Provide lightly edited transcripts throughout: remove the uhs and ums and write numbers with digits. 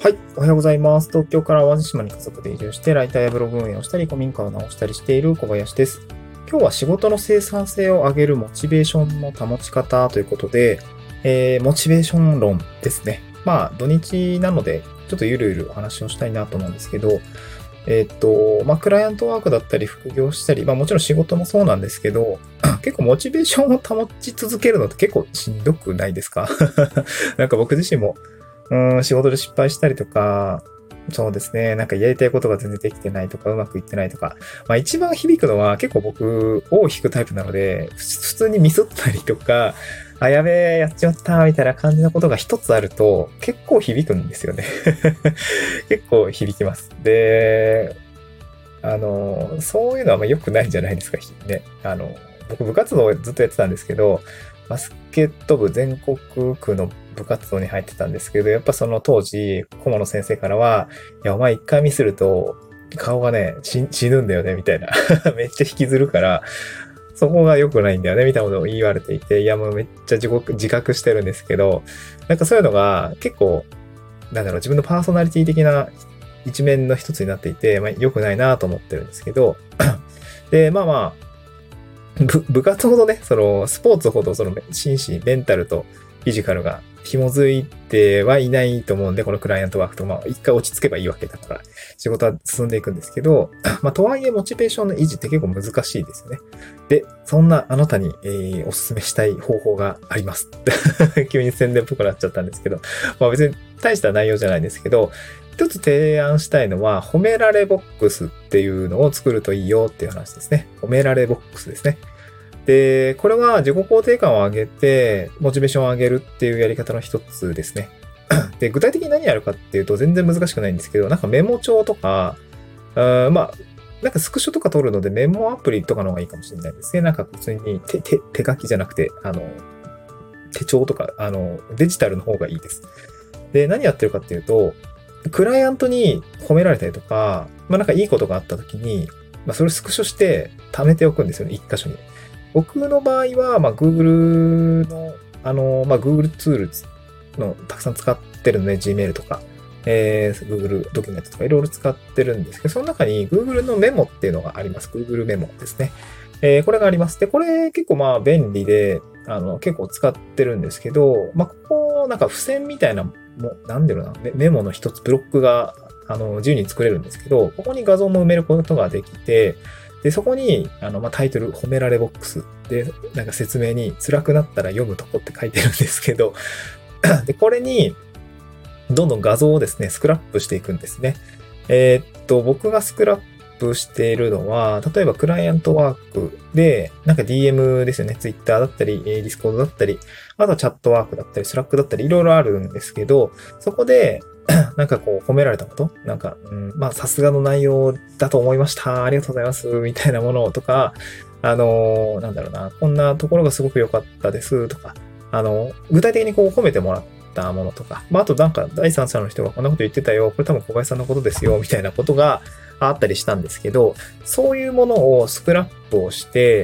はい。おはようございます。東京から淡路島に家族で移住して、ライターやブログ運営をしたり、古民家を直したりしている小林です。今日は仕事の生産性を上げるモチベーションの保ち方ということで、モチベーション論ですね。土日なので、ちょっとゆるゆるお話をしたいなと思うんですけど、クライアントワークだったり、副業したり、もちろん仕事もそうなんですけど、結構モチベーションを保ち続けるのって結構しんどくないですか？なんか僕自身も仕事で失敗したりとか、そうですね。なんかやりたいことが全然できてないとか、うまくいってないとか。一番響くのは結構僕、尾を引くタイプなので、普通にミスったりとか、あ、やべえ、やっちまった、みたいな感じのことが一つあると、結構響くんですよね。結構響きます。で、そういうのは良くないんじゃないですか、ね。僕部活動をずっとやってたんですけど、バスケット部全国区の部活動に入ってたんですけど、やっぱその当時、顧問の先生からは、いや、お前一回ミスると、顔がね、死ぬんだよね、みたいな。めっちゃ引きずるから、そこが良くないんだよね、みたいなことを言われていて、いや、もうめっちゃ自覚してるんですけど、なんかそういうのが結構、自分のパーソナリティ的な一面の一つになっていて、良くないなと思ってるんですけど、で、部活ほどね、スポーツほど心身、メンタルとフィジカルが紐づいてはいないと思うんで、このクライアントワークと、一回落ち着けばいいわけだから、仕事は進んでいくんですけど、とはいえ、モチベーションの維持って結構難しいですよね。で、そんなあなたに、お勧めしたい方法があります。急に宣伝っぽくなっちゃったんですけど、別に大した内容じゃないんですけど、一つ提案したいのは、褒められボックスっていうのを作るといいよっていう話ですね。褒められボックスですね。で、これは自己肯定感を上げて、モチベーションを上げるっていうやり方の一つですね。で、具体的に何やるかっていうと全然難しくないんですけど、なんかメモ帳とか、なんかスクショとか取るのでメモアプリとかの方がいいかもしれないですね。なんか普通に手書きじゃなくて、手帳とか、デジタルの方がいいです。で、何やってるかっていうと、クライアントに褒められたりとか、なんかいいことがあった時に、それをスクショして貯めておくんですよね、一箇所に。僕の場合は、Google の、Google ツールのたくさん使ってるので、Gmail とか、Google ドキュメントとかいろいろ使ってるんですけど、その中に Google のメモっていうのがあります。Google メモですね。これがあります。で、これ結構便利で、結構使ってるんですけど、ここ、なんか付箋みたいな、なんだろうな、メモの一つ、ブロックが、自由に作れるんですけど、ここに画像も埋めることができて、で、そこに、タイトル、褒められボックスで、なんか説明に、辛くなったら読むとこって書いてるんですけど、で、これに、どんどん画像をですね、スクラップしていくんですね。僕がスクラップしているのは、例えばクライアントワークで、なんか DM ですよね、Twitter だったり、Discord だったり、あとはチャットワークだったり、Slack だったり、いろいろあるんですけど、そこで、なんかこう褒められたことなんか、さすがの内容だと思いました。ありがとうございます。みたいなものとか、こんなところがすごく良かったです。とか、具体的にこう褒めてもらったものとか、あとなんか第三者の人がこんなこと言ってたよ。これ多分小林さんのことですよ。みたいなことがあったりしたんですけど、そういうものをスクラップをして、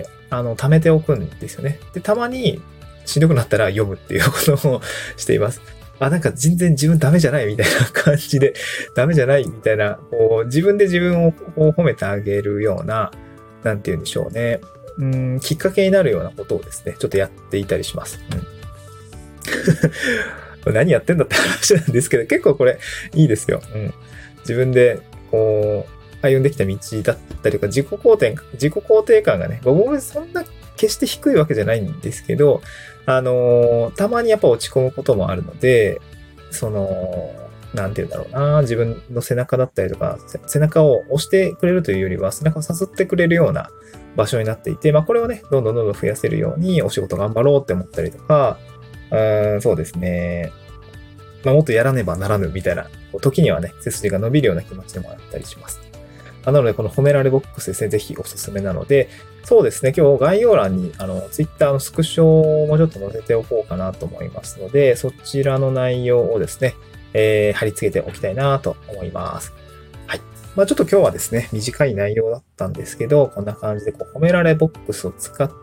貯めておくんですよね。で、たまにしんどくなったら読むっていうことをしています。なんか全然自分ダメじゃないみたいな感じで、ダメじゃないみたいな、こう、自分で自分を褒めてあげるような、なんて言うんでしょうね。きっかけになるようなことをですね、ちょっとやっていたりします。何やってんだって話なんですけど、結構これいいですよ。自分で、こう、歩んできた道だったりとか、自己肯定感がね、僕そんな決して低いわけじゃないんですけど、たまにやっぱ落ち込むこともあるので、なんて言うんだろうな、自分の背中だったりとか、背中を押してくれるというよりは、背中をさすってくれるような場所になっていて、これをね、どんどん増やせるようにお仕事頑張ろうって思ったりとか、そうですね。もっとやらねばならぬみたいな、時にはね、背筋が伸びるような気持ちでもあったりします。なので、この褒められボックスですね、ぜひおすすめなので、そうですね、今日概要欄に、Twitter のスクショもちょっと載せておこうかなと思いますので、そちらの内容をですね、貼り付けておきたいなと思います。はい。ちょっと今日はですね、短い内容だったんですけど、こんな感じで褒められボックスを使って、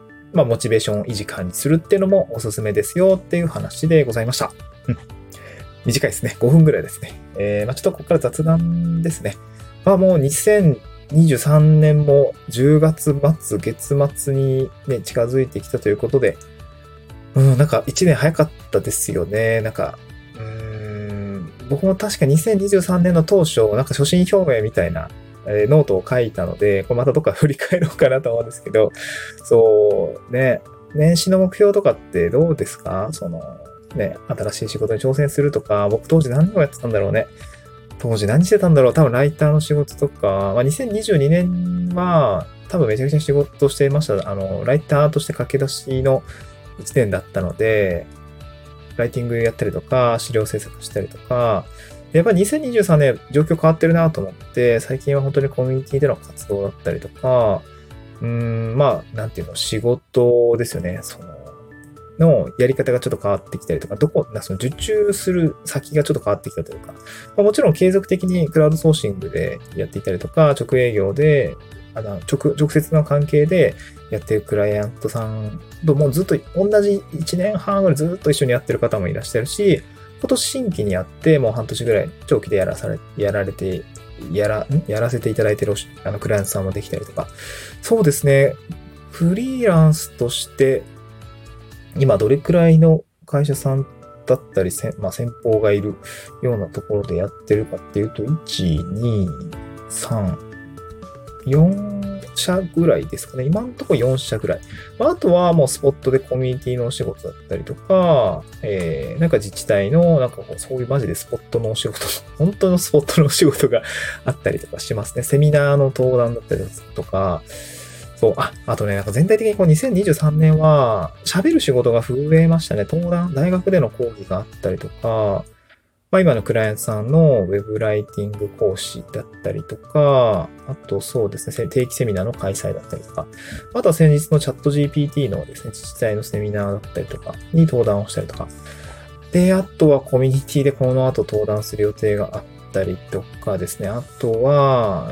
モチベーションを維持管理するっていうのもおすすめですよっていう話でございました。 短いですね。5分ぐらいですね。ちょっとここから雑談ですね。もう2023年も10月末、月末にね、近づいてきたということで、なんか1年早かったですよね。なんか、僕も確か2023年の当初、なんか所信表明みたいな、ノートを書いたので、これまたどっか振り返ろうかなと思うんですけど、そうね、年始の目標とかってどうですか？ね、新しい仕事に挑戦するとか、僕当時何をやってたんだろうね。当時何してたんだろう。多分ライターの仕事とか、2022年は多分めちゃくちゃ仕事していました。ライターとして駆け出しの1年だったので、ライティングやったりとか、資料制作したりとか、やっぱり2023年状況変わってるなと思って、最近は本当にコミュニティでの活動だったりとか、なんていうの、仕事ですよね。のやり方がちょっと変わってきたりとか、受注する先がちょっと変わってきたというか、もちろん継続的にクラウドソーシングでやっていたりとか、直営業で、直接の関係でやってるクライアントさんともうずっと同じ1年半ぐらいずっと一緒にやってる方もいらっしゃるし、今年新規にやってもう半年ぐらい長期でやらせていただいてるクライアントさんもできたりとか。そうですね。フリーランスとして今どれくらいの会社さんだったり、先方がいるようなところでやってるかっていうと、1、2、3、4社ぐらいですかね。今のところ4社ぐらい。あとはもうスポットでコミュニティのお仕事だったりとか、なんか自治体の、なんかそういうマジでスポットのお仕事、本当のスポットのお仕事があったりとかしますね。セミナーの登壇だったりとか、あとね、なんか全体的に2023年は喋る仕事が増えましたね。大学での講義があったりとか、今のクライアントさんのウェブライティング講師だったりとか、あとそうですね、定期セミナーの開催だったりとか、あとは先日のチャット GPT のですね、自治体のセミナーだったりとかに登壇をしたりとか。で、あとはコミュニティでこの後登壇する予定があったりとかですね、あとは、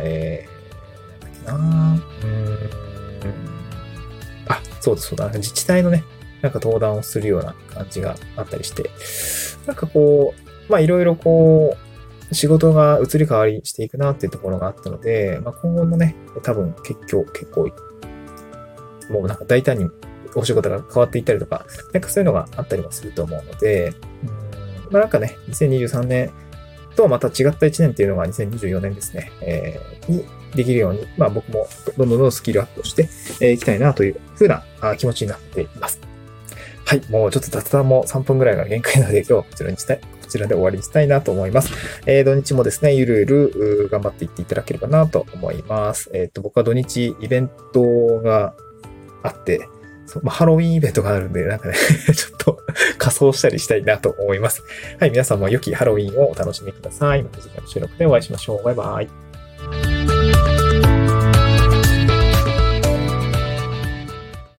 そうだ。自治体のね、なんか登壇をするような感じがあったりして、なんかいろいろ仕事が移り変わりしていくなっていうところがあったので、今後のね、多分結構、もうなんか大胆にお仕事が変わっていったりとか、なんかそういうのがあったりもすると思うので、なんかね、2023年とはまた違った1年っていうのが2024年ですね、にできるように、僕もどんどんスキルアップをしていきたいなという風な気持ちになっています。はい、もうちょっと雑談も3分ぐらいが限界なので今日はこちらで終わりにしたいなと思います。土日もですね、ゆるゆる頑張っていっていただければなと思います。僕は土日イベントがあって、ハロウィンイベントがあるんで、なんかね、ちょっと仮装したりしたいなと思います。はい、皆さんも良きハロウィンをお楽しみください。また次回の収録でお会いしましょう。バイバイ。